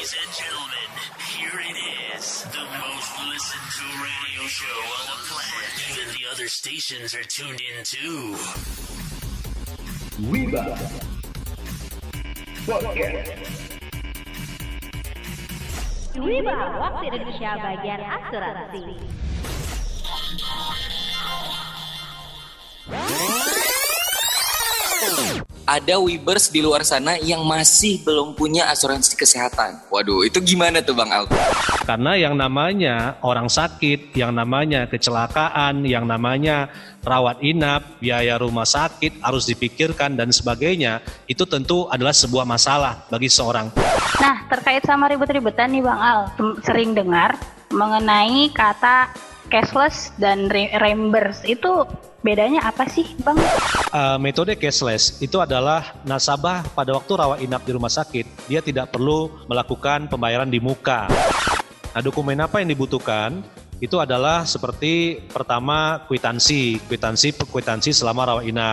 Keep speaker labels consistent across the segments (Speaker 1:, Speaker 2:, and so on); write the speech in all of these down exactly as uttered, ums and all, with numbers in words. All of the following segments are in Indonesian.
Speaker 1: Ladies and gentlemen, here it is, the most listened to radio show on the planet. Even the other stations are tuned in too.
Speaker 2: Wiba Podcast.
Speaker 3: Wiba, waktu Indonesia bagian asuransi.
Speaker 4: Ada Wibers di luar sana yang masih belum punya asuransi kesehatan. Waduh, itu gimana tuh Bang Al?
Speaker 5: Karena yang namanya orang sakit, yang namanya kecelakaan, yang namanya rawat inap, biaya rumah sakit harus dipikirkan dan sebagainya, itu tentu adalah sebuah masalah bagi seorang.
Speaker 6: Nah, terkait sama ribet-ribetan nih Bang Al, sering dengar mengenai kata cashless dan re- reimburse, itu bedanya apa sih Bang?
Speaker 5: Uh, metode cashless itu adalah nasabah pada waktu rawat inap di rumah sakit, dia tidak perlu melakukan pembayaran di muka. Nah, dokumen apa yang dibutuhkan? Itu adalah seperti pertama kwitansi, kwitansi kwitansi selama rawat inap.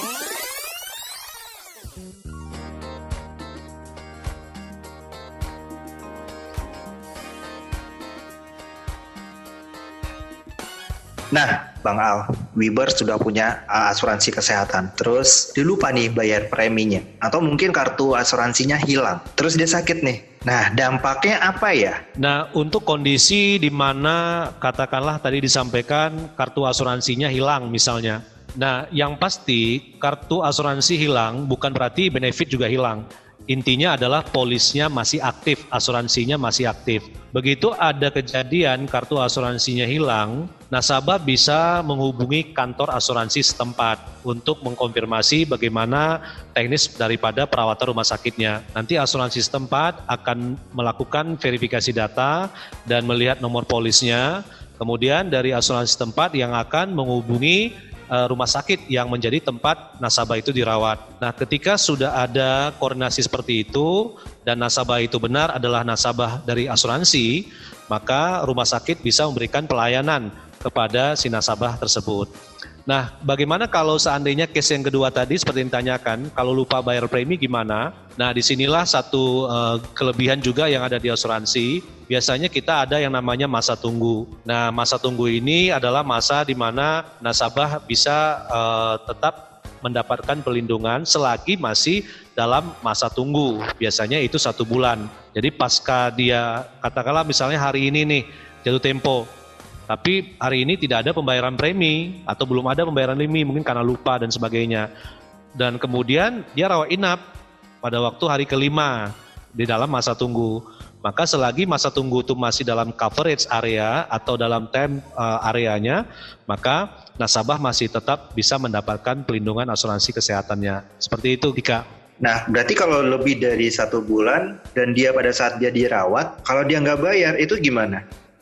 Speaker 7: Nah, Bang Al, Wibers sudah punya uh, asuransi kesehatan. Terus dia lupa nih bayar preminya. Atau mungkin kartu asuransinya hilang. Terus dia sakit nih. Nah, dampaknya apa ya?
Speaker 5: Nah, untuk kondisi di mana katakanlah tadi disampaikan kartu asuransinya hilang misalnya. Nah, yang pasti kartu asuransi hilang bukan berarti benefit juga hilang. Intinya adalah polisnya masih aktif, asuransinya masih aktif. Begitu ada kejadian kartu asuransinya hilang, nasabah bisa menghubungi kantor asuransi setempat untuk mengkonfirmasi bagaimana teknis daripada perawatan rumah sakitnya. Nanti asuransi setempat akan melakukan verifikasi data dan melihat nomor polisnya. Kemudian dari asuransi setempat yang akan menghubungi rumah sakit yang menjadi tempat nasabah itu dirawat. Nah, ketika sudah ada koordinasi seperti itu dan nasabah itu benar adalah nasabah dari asuransi, maka rumah sakit bisa memberikan pelayanan kepada si nasabah tersebut. Nah, bagaimana kalau seandainya case yang kedua tadi seperti yang ditanyakan, kalau lupa bayar premi gimana? Nah, disinilah satu uh, kelebihan juga yang ada di asuransi. Biasanya kita ada yang namanya masa tunggu. Nah, masa tunggu ini adalah masa di mana nasabah bisa uh, tetap mendapatkan perlindungan selagi masih dalam masa tunggu. Biasanya itu satu bulan. Jadi pasca dia, katakanlah misalnya hari ini nih, jatuh tempo. Tapi hari ini tidak ada pembayaran premi atau belum ada pembayaran premi mungkin karena lupa dan sebagainya. Dan kemudian dia rawat inap pada waktu hari kelima di dalam masa tunggu. Maka selagi masa tunggu itu masih dalam coverage area atau dalam time uh, areanya, maka nasabah masih tetap bisa mendapatkan pelindungan asuransi kesehatannya. Seperti itu, Dika.
Speaker 7: Nah, berarti kalau lebih dari satu bulan dan dia pada saat dia dirawat, kalau dia nggak bayar itu gimana?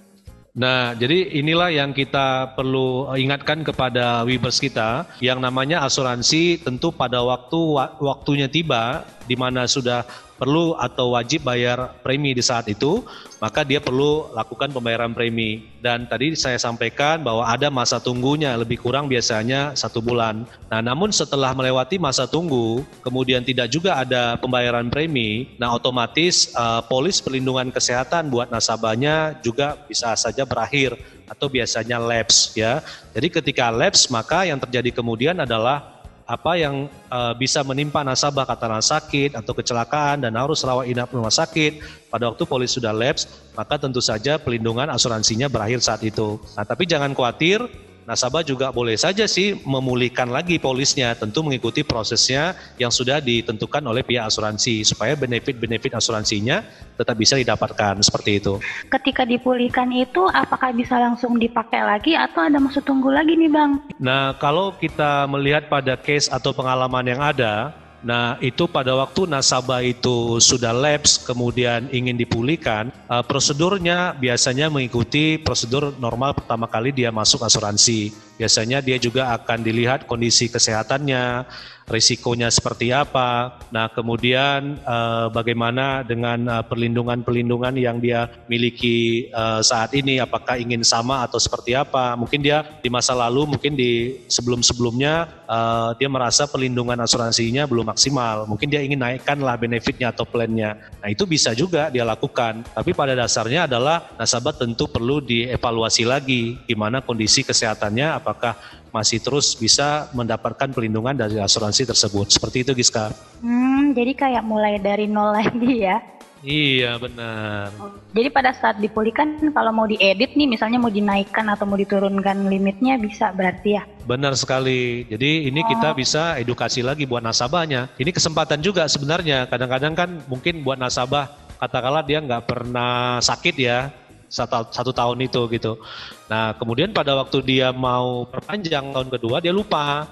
Speaker 5: Nah, jadi inilah yang kita perlu ingatkan kepada Wibers kita, yang namanya asuransi tentu pada waktu waktunya tiba, di mana sudah perlu atau wajib bayar premi di saat itu, maka dia perlu lakukan pembayaran premi. Dan tadi saya sampaikan bahwa ada masa tunggunya, lebih kurang biasanya satu bulan. Nah, namun setelah melewati masa tunggu, kemudian tidak juga ada pembayaran premi, nah otomatis uh, polis perlindungan kesehatan buat nasabahnya juga bisa saja berakhir atau biasanya lapse ya. Jadi ketika lapse, maka yang terjadi kemudian adalah apa yang uh, bisa menimpa nasabah katakanlah sakit atau kecelakaan dan harus rawat inap rumah sakit pada waktu polis sudah lapse, maka tentu saja pelindungan asuransinya berakhir saat itu. Nah, tapi jangan khawatir, nasabah juga boleh saja sih memulihkan lagi polisnya, tentu mengikuti prosesnya yang sudah ditentukan oleh pihak asuransi supaya benefit-benefit asuransinya tetap bisa didapatkan seperti itu.
Speaker 6: Ketika dipulihkan itu apakah bisa langsung dipakai lagi atau ada masa tunggu lagi nih Bang?
Speaker 5: Nah, kalau kita melihat pada case atau pengalaman yang ada, nah itu pada waktu nasabah itu sudah lapse kemudian ingin dipulihkan, uh, prosedurnya biasanya mengikuti prosedur normal pertama kali dia masuk asuransi. Biasanya dia juga akan dilihat kondisi kesehatannya, risikonya seperti apa. Nah, kemudian uh, bagaimana dengan uh, perlindungan-perlindungan yang dia miliki uh, saat ini, apakah ingin sama atau seperti apa. Mungkin dia di masa lalu, mungkin di sebelum-sebelumnya uh, dia merasa perlindungan asuransinya belum maksimal. Mungkin dia ingin naikkan lah benefitnya atau plannya. Nah, itu bisa juga dia lakukan. Tapi pada dasarnya adalah nasabah tentu perlu dievaluasi lagi gimana kondisi kesehatannya, apakah masih terus bisa mendapatkan perlindungan dari asuransi tersebut. Seperti itu, Giska.
Speaker 6: Hmm, jadi kayak mulai dari nol lagi ya.
Speaker 5: Iya, benar.
Speaker 6: Jadi pada saat dipulihkan, kalau mau diedit nih, misalnya mau dinaikkan atau mau diturunkan limitnya bisa berarti ya?
Speaker 5: Benar sekali. Jadi ini
Speaker 6: Oh.
Speaker 5: kita bisa edukasi lagi buat nasabahnya. Ini kesempatan juga sebenarnya. Kadang-kadang kan mungkin buat nasabah, katakanlah dia nggak pernah sakit ya, satu, satu tahun itu gitu. Nah, kemudian pada waktu dia mau perpanjang tahun kedua, dia lupa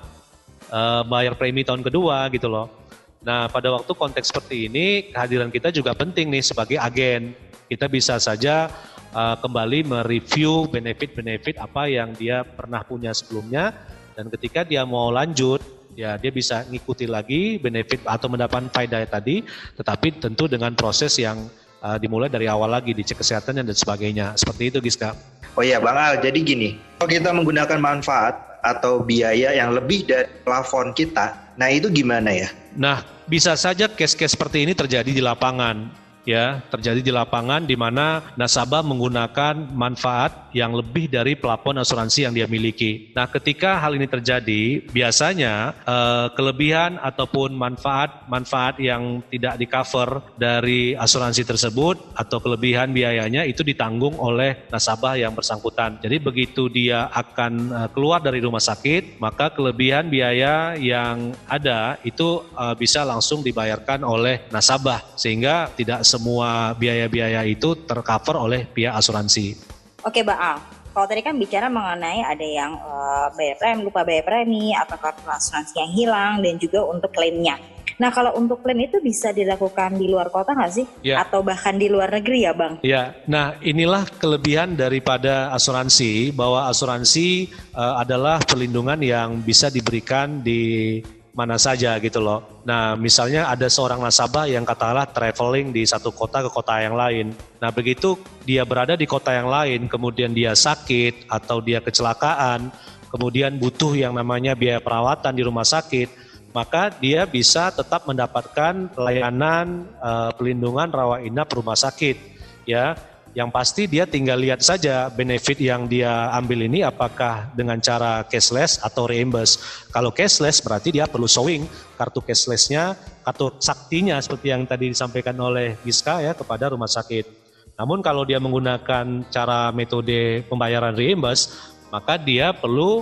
Speaker 5: uh, bayar premi tahun kedua gitu loh. Nah, pada waktu konteks seperti ini, kehadiran kita juga penting nih sebagai agen. Kita bisa saja uh, kembali mereview benefit-benefit apa yang dia pernah punya sebelumnya, dan ketika dia mau lanjut, ya dia bisa ngikuti lagi benefit atau mendapatkan faedah tadi, tetapi tentu dengan proses yang uh, dimulai dari awal lagi, dicek kesehatannya dan sebagainya. Seperti itu, Giska.
Speaker 7: Oh iya Bang Al, jadi gini, kalau kita menggunakan manfaat atau biaya yang lebih dari plafon kita, nah itu gimana ya?
Speaker 5: Nah, bisa saja case-case seperti ini terjadi di lapangan. Ya, terjadi di lapangan di mana nasabah menggunakan manfaat yang lebih dari plafon asuransi yang dia miliki. Nah, ketika hal ini terjadi, biasanya eh, kelebihan ataupun manfaat-manfaat yang tidak di-cover dari asuransi tersebut atau kelebihan biayanya itu ditanggung oleh nasabah yang bersangkutan. Jadi begitu dia akan eh, keluar dari rumah sakit, maka kelebihan biaya yang ada itu eh, bisa langsung dibayarkan oleh nasabah, sehingga tidak semua biaya-biaya itu tercover oleh pihak asuransi.
Speaker 2: Oke, Bang Al. Kalau tadi kan bicara mengenai ada yang uh, bayar premi, lupa bayar premi, atau kartu asuransi yang hilang, dan juga untuk klaimnya. Nah, kalau untuk klaim itu bisa dilakukan di luar kota nggak sih?
Speaker 5: Ya.
Speaker 2: Atau bahkan di luar negeri ya, Bang?
Speaker 5: Ya, nah inilah kelebihan daripada asuransi, bahwa asuransi uh, adalah perlindungan yang bisa diberikan di mana saja gitu loh. Nah, misalnya ada seorang nasabah yang katakanlah traveling di satu kota ke kota yang lain. Nah, begitu dia berada di kota yang lain, kemudian dia sakit atau dia kecelakaan, kemudian butuh yang namanya biaya perawatan di rumah sakit, maka dia bisa tetap mendapatkan layanan uh, pelindungan rawat inap rumah sakit, ya. Yang pasti dia tinggal lihat saja benefit yang dia ambil ini apakah dengan cara cashless atau reimburse. Kalau cashless berarti dia perlu showing kartu cashlessnya, kartu saktinya seperti yang tadi disampaikan oleh Giska ya kepada rumah sakit. Namun kalau dia menggunakan cara metode pembayaran reimburse, maka dia perlu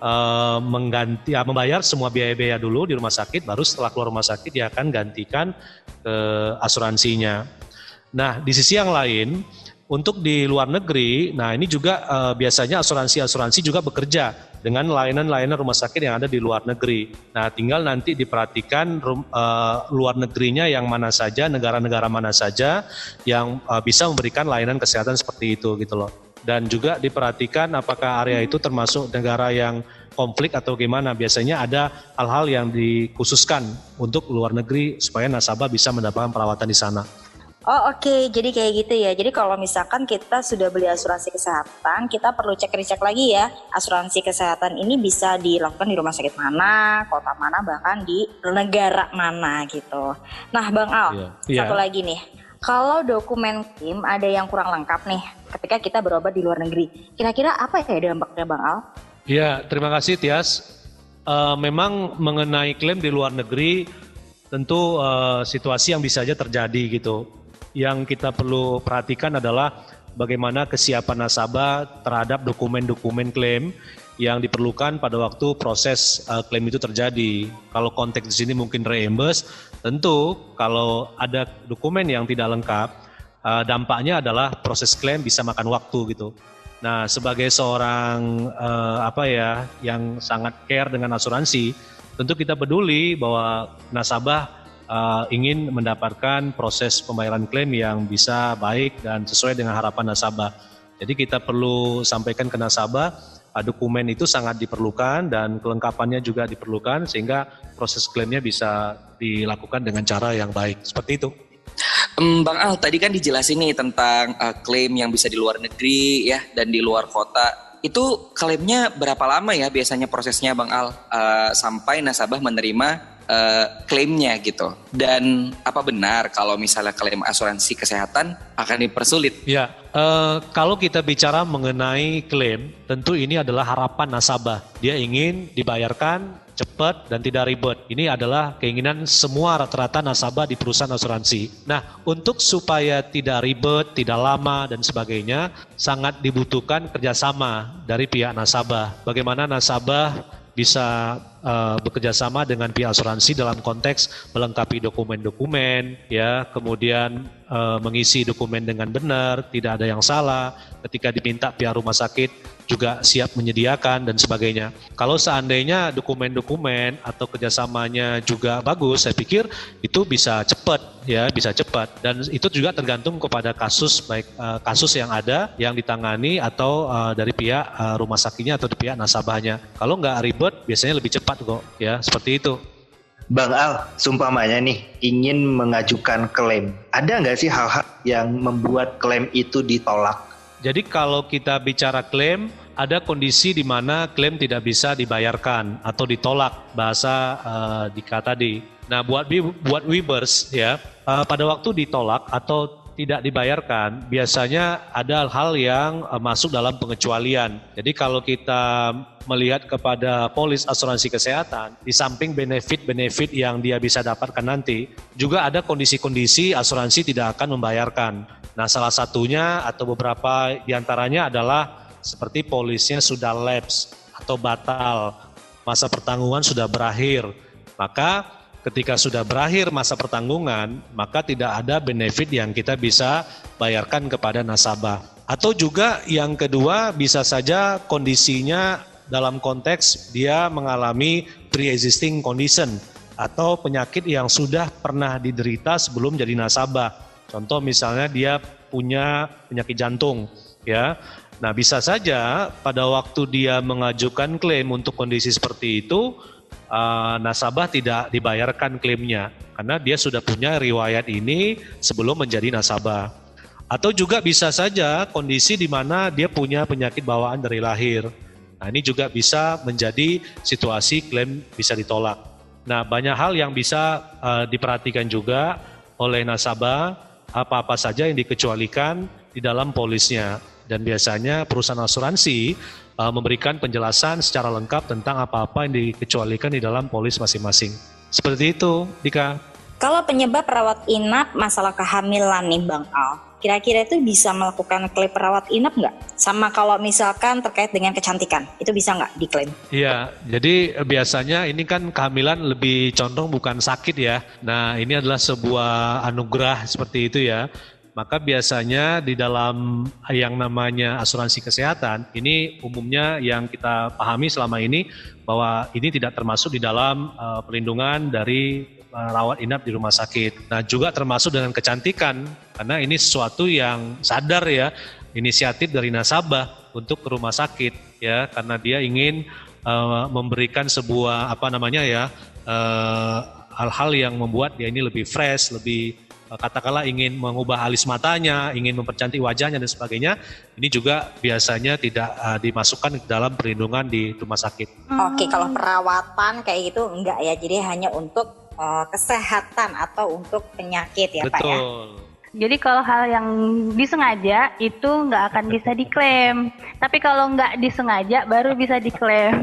Speaker 5: uh, mengganti, ya, membayar semua biaya-biaya dulu di rumah sakit, baru setelah keluar rumah sakit dia akan gantikan ke asuransinya. Nah, di sisi yang lain, untuk di luar negeri, nah ini juga uh, biasanya asuransi-asuransi juga bekerja dengan layanan-layanan rumah sakit yang ada di luar negeri. Nah, tinggal nanti diperhatikan rum, uh, luar negerinya yang mana saja, negara-negara mana saja yang uh, bisa memberikan layanan kesehatan seperti itu gitu loh. Dan juga diperhatikan apakah area itu termasuk negara yang konflik atau gimana. Biasanya ada hal-hal yang dikhususkan untuk luar negeri supaya nasabah bisa mendapatkan perawatan di sana.
Speaker 2: Oh oke, okay. Jadi kayak gitu ya. Jadi kalau misalkan kita sudah beli asuransi kesehatan, kita perlu cek-recek lagi ya. Asuransi kesehatan ini bisa dilakukan di rumah sakit mana, kota mana, bahkan di negara mana gitu. Nah Bang Al, yeah. satu yeah. lagi nih. Kalau dokumen klaim ada yang kurang lengkap nih ketika kita berobat di luar negeri, kira-kira apa ya dampaknya Bang Al?
Speaker 5: Ya, terima kasih Tias. Uh, memang mengenai klaim di luar negeri, tentu uh, situasi yang bisa saja terjadi gitu. Yang kita perlu perhatikan adalah bagaimana kesiapan nasabah terhadap dokumen-dokumen klaim yang diperlukan pada waktu proses uh, klaim itu terjadi. Kalau konteks di sini mungkin reimburse, tentu kalau ada dokumen yang tidak lengkap, uh, dampaknya adalah proses klaim bisa makan waktu gitu. Nah, sebagai seorang uh, apa ya yang sangat care dengan asuransi, tentu kita peduli bahwa nasabah Uh, ingin mendapatkan proses pembayaran klaim yang bisa baik dan sesuai dengan harapan nasabah. Jadi kita perlu sampaikan ke nasabah uh, dokumen itu sangat diperlukan dan kelengkapannya juga diperlukan sehingga proses klaimnya bisa dilakukan dengan cara yang baik. Seperti itu.
Speaker 4: Um, Bang Al, tadi kan dijelasin nih tentang uh, klaim yang bisa di luar negeri ya dan di luar kota. Itu klaimnya berapa lama ya biasanya prosesnya Bang Al uh, sampai nasabah menerima Uh, klaimnya gitu, dan apa benar kalau misalnya klaim asuransi kesehatan akan dipersulit?
Speaker 5: Ya, uh, kalau kita bicara mengenai klaim, tentu ini adalah harapan nasabah. Dia ingin dibayarkan cepat dan tidak ribet. Ini adalah keinginan semua rata-rata nasabah di perusahaan asuransi. Nah, untuk supaya tidak ribet, tidak lama dan sebagainya, sangat dibutuhkan kerjasama dari pihak nasabah. Bagaimana nasabah bisa uh, bekerja sama dengan pihak asuransi dalam konteks melengkapi dokumen-dokumen, ya, kemudian uh, mengisi dokumen dengan benar, tidak ada yang salah, ketika diminta pihak rumah sakit juga siap menyediakan dan sebagainya. Kalau seandainya dokumen-dokumen atau kerjasamanya juga bagus, saya pikir itu bisa cepat, ya, bisa cepat. Dan itu juga tergantung kepada kasus, baik uh, kasus yang ada yang ditangani atau uh, dari pihak uh, rumah sakitnya atau dari pihak nasabahnya. Kalau nggak ribet, biasanya lebih cepat kok, ya, seperti itu.
Speaker 7: Bang Al, sumpamanya nih ingin mengajukan klaim, ada nggak sih hal-hal yang membuat klaim itu ditolak?
Speaker 5: Jadi kalau kita bicara klaim, ada kondisi di mana klaim tidak bisa dibayarkan atau ditolak, bahasa uh, Dika tadi. Nah, buat buat Webers ya, uh, pada waktu ditolak atau tidak dibayarkan, biasanya ada hal yang uh, masuk dalam pengecualian. Jadi kalau kita melihat kepada polis asuransi kesehatan, di samping benefit-benefit yang dia bisa dapatkan nanti, juga ada kondisi-kondisi asuransi tidak akan membayarkan. Nah, salah satunya atau beberapa diantaranya adalah seperti polisnya sudah lapse atau batal, masa pertanggungan sudah berakhir. Maka ketika sudah berakhir masa pertanggungan, maka tidak ada benefit yang kita bisa bayarkan kepada nasabah. Atau juga yang kedua bisa saja kondisinya dalam konteks dia mengalami pre-existing condition atau penyakit yang sudah pernah diderita sebelum jadi nasabah. Contoh misalnya dia punya penyakit jantung, ya. Nah, bisa saja pada waktu dia mengajukan klaim untuk kondisi seperti itu, uh, nasabah tidak dibayarkan klaimnya karena dia sudah punya riwayat ini sebelum menjadi nasabah. Atau juga bisa saja kondisi di mana dia punya penyakit bawaan dari lahir. Nah, ini juga bisa menjadi situasi klaim bisa ditolak. Nah, banyak hal yang bisa uh, diperhatikan juga oleh nasabah, apa-apa saja yang dikecualikan di dalam polisnya. Dan biasanya perusahaan asuransi uh, memberikan penjelasan secara lengkap tentang apa-apa yang dikecualikan di dalam polis masing-masing. Seperti itu, Dika.
Speaker 2: Kalau penyebab rawat inap masalah kehamilan nih Bang Al, kira-kira itu bisa melakukan klaim perawat inap nggak? Sama kalau misalkan terkait dengan kecantikan, itu bisa nggak diklaim?
Speaker 5: Iya, jadi biasanya ini kan kehamilan lebih condong bukan sakit ya. Nah, ini adalah sebuah anugerah seperti itu ya. Maka biasanya di dalam yang namanya asuransi kesehatan, ini umumnya yang kita pahami selama ini bahwa ini tidak termasuk di dalam uh, perlindungan dari rawat inap di rumah sakit. Nah, juga termasuk dengan kecantikan, karena ini sesuatu yang sadar ya, inisiatif dari nasabah untuk ke rumah sakit ya, karena dia ingin uh, memberikan sebuah apa namanya ya, uh, hal-hal yang membuat dia ini lebih fresh, lebih uh, katakanlah ingin mengubah alis matanya, ingin mempercantik wajahnya dan sebagainya. Ini juga biasanya tidak uh, dimasukkan ke dalam perlindungan di rumah sakit.
Speaker 2: Oke, kalau perawatan kayak gitu enggak ya, jadi hanya untuk Uh, kesehatan atau untuk penyakit ya.
Speaker 5: Betul.
Speaker 2: Pak ya.
Speaker 6: Jadi kalau hal yang disengaja itu nggak akan bisa diklaim. Tapi kalau nggak disengaja baru bisa diklaim.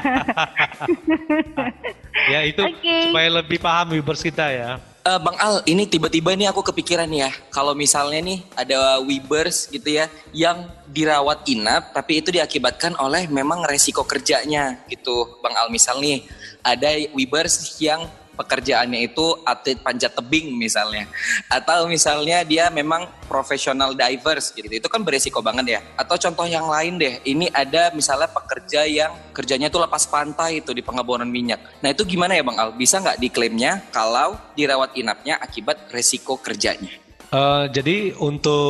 Speaker 5: Ya itu okay. Supaya lebih paham Webers kita ya.
Speaker 4: Uh, Bang Al, ini tiba-tiba nih aku kepikiran ya, kalau misalnya nih ada Webers gitu ya, yang dirawat inap, tapi itu diakibatkan oleh memang resiko kerjanya gitu. Bang Al, misal nih ada Webers yang pekerjaannya itu atlet panjat tebing misalnya, atau misalnya dia memang profesional divers gitu, itu kan beresiko banget ya. Atau contoh yang lain deh, ini ada misalnya pekerja yang kerjanya itu lepas pantai itu di pengeboran minyak. Nah itu gimana ya Bang Al, bisa nggak diklaimnya kalau dirawat inapnya akibat resiko kerjanya?
Speaker 5: Uh, jadi untuk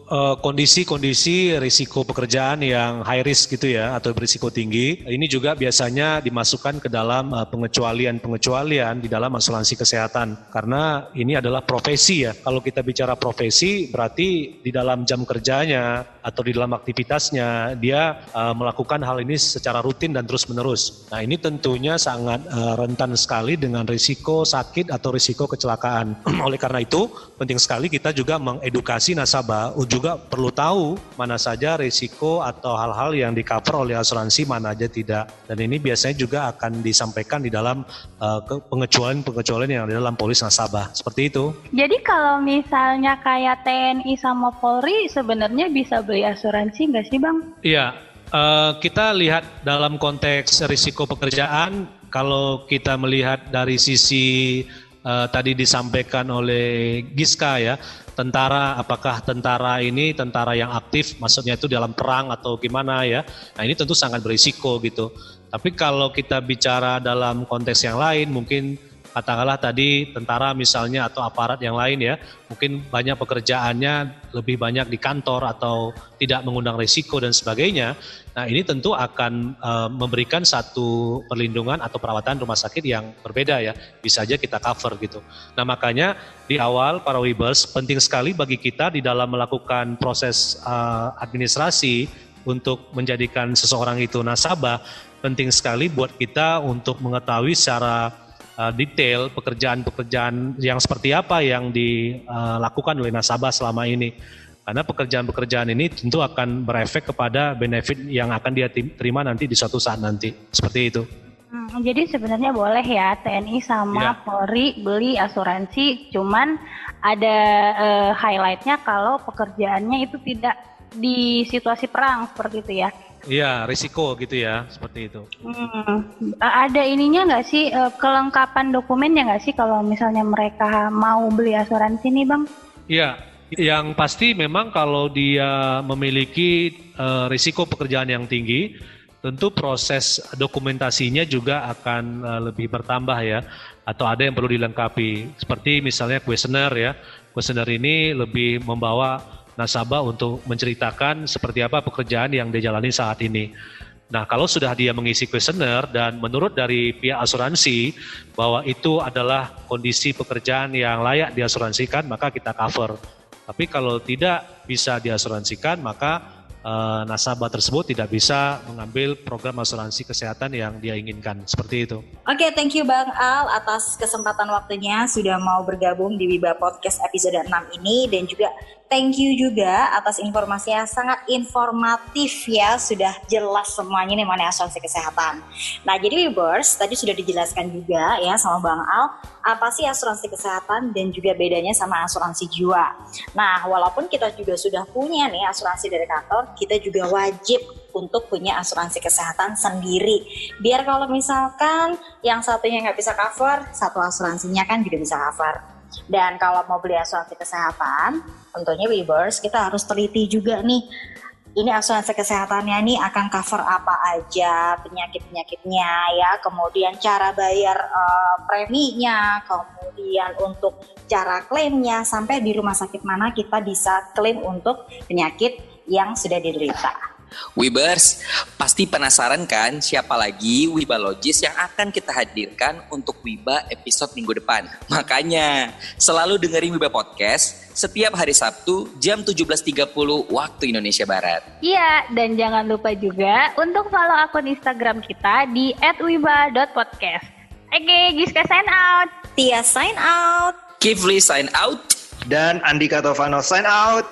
Speaker 5: uh, kondisi-kondisi risiko pekerjaan yang high risk gitu ya atau berisiko tinggi, ini juga biasanya dimasukkan ke dalam uh, pengecualian-pengecualian di dalam asuransi kesehatan karena ini adalah profesi ya. Kalau kita bicara profesi berarti di dalam jam kerjanya atau di dalam aktivitasnya dia uh, melakukan hal ini secara rutin dan terus-menerus. Nah, ini tentunya sangat uh, rentan sekali dengan risiko sakit atau risiko kecelakaan. Oleh karena itu, penting sekali kita juga mengedukasi nasabah, juga perlu tahu mana saja risiko atau hal-hal yang di-cover oleh asuransi, mana aja tidak. Dan ini biasanya juga akan disampaikan di dalam uh, pengecualian-pengecualian yang ada dalam polis nasabah. Seperti itu.
Speaker 6: Jadi kalau misalnya kayak T N I sama Polri sebenarnya bisa beli asuransi nggak sih Bang?
Speaker 5: Iya, uh, kita lihat dalam konteks risiko pekerjaan, kalau kita melihat dari sisi uh, tadi disampaikan oleh Giska ya, tentara, apakah tentara ini tentara yang aktif, maksudnya itu dalam perang atau gimana ya. Nah ini tentu sangat berisiko gitu. Tapi kalau kita bicara dalam konteks yang lain, mungkin katakanlah tadi tentara misalnya atau aparat yang lain ya, mungkin banyak pekerjaannya lebih banyak di kantor atau tidak mengundang risiko dan sebagainya. Nah ini tentu akan uh, memberikan satu perlindungan atau perawatan rumah sakit yang berbeda ya, bisa aja kita cover gitu. Nah makanya di awal para Wibers penting sekali bagi kita di dalam melakukan proses uh, administrasi untuk menjadikan seseorang itu nasabah, penting sekali buat kita untuk mengetahui secara Uh, detail pekerjaan-pekerjaan yang seperti apa yang dilakukan uh, oleh nasabah selama ini. Karena pekerjaan-pekerjaan ini tentu akan berefek kepada benefit yang akan dia terima nanti di suatu saat nanti. Seperti itu.
Speaker 6: Hmm, jadi sebenarnya boleh ya T N I sama ya. Polri beli asuransi, cuman ada uh, highlightnya kalau pekerjaannya itu tidak di situasi perang seperti itu ya.
Speaker 5: Iya, risiko gitu ya, seperti itu.
Speaker 6: Hmm, ada ininya nggak sih, kelengkapan dokumennya nggak sih kalau misalnya mereka mau beli asuransi nih Bang?
Speaker 5: Iya, yang pasti memang kalau dia memiliki uh, risiko pekerjaan yang tinggi, tentu proses dokumentasinya juga akan uh, lebih bertambah ya, atau ada yang perlu dilengkapi. Seperti misalnya kuesioner ya, kuesioner ini lebih membawa nasabah untuk menceritakan seperti apa pekerjaan yang dia jalani saat ini. Nah, kalau sudah dia mengisi kuesioner dan menurut dari pihak asuransi bahwa itu adalah kondisi pekerjaan yang layak diasuransikan, maka kita cover. Tapi kalau tidak bisa diasuransikan, maka Uh, nasabah tersebut tidak bisa mengambil program asuransi kesehatan yang dia inginkan. Seperti itu.
Speaker 2: Oke, okay, thank you Bang Al atas kesempatan waktunya sudah mau bergabung di Wiba Podcast episode enam ini, dan juga thank you juga atas informasi yang sangat informatif ya, sudah jelas semuanya nih mengenai asuransi kesehatan. Nah, jadi Wibers tadi sudah dijelaskan juga ya sama Bang Al apa sih asuransi kesehatan dan juga bedanya sama asuransi jiwa. Nah, walaupun kita juga sudah punya nih asuransi dari kantor, kita juga wajib untuk punya asuransi kesehatan sendiri. Biar kalau misalkan yang satunya nggak bisa cover, satu asuransinya kan juga bisa cover. Dan kalau mau beli asuransi kesehatan, tentunya Wibers kita harus teliti juga nih. Ini asuransi kesehatannya nih akan cover apa aja, penyakit-penyakitnya ya, kemudian cara bayar uh, preminya, kemudian untuk cara klaimnya, sampai di rumah sakit mana kita bisa klaim untuk penyakit yang sudah diderita.
Speaker 4: Wibers, pasti penasaran kan siapa lagi Wibalogis yang akan kita hadirkan untuk Wiba episode minggu depan. Makanya selalu dengerin Wiba Podcast setiap hari Sabtu jam tujuh belas tiga puluh waktu Indonesia Barat.
Speaker 6: Iya, dan jangan lupa juga untuk follow akun Instagram kita di et wiba dot podcast. Oke, Giska sign out.
Speaker 2: Tia sign out.
Speaker 4: Kifli sign out.
Speaker 7: Dan Andika Tovano sign out.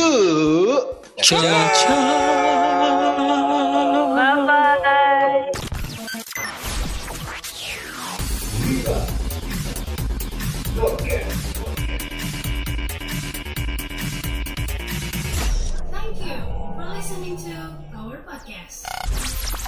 Speaker 7: You.
Speaker 4: Ciao.
Speaker 6: Bye-bye.
Speaker 8: Thank you for listening to our podcast.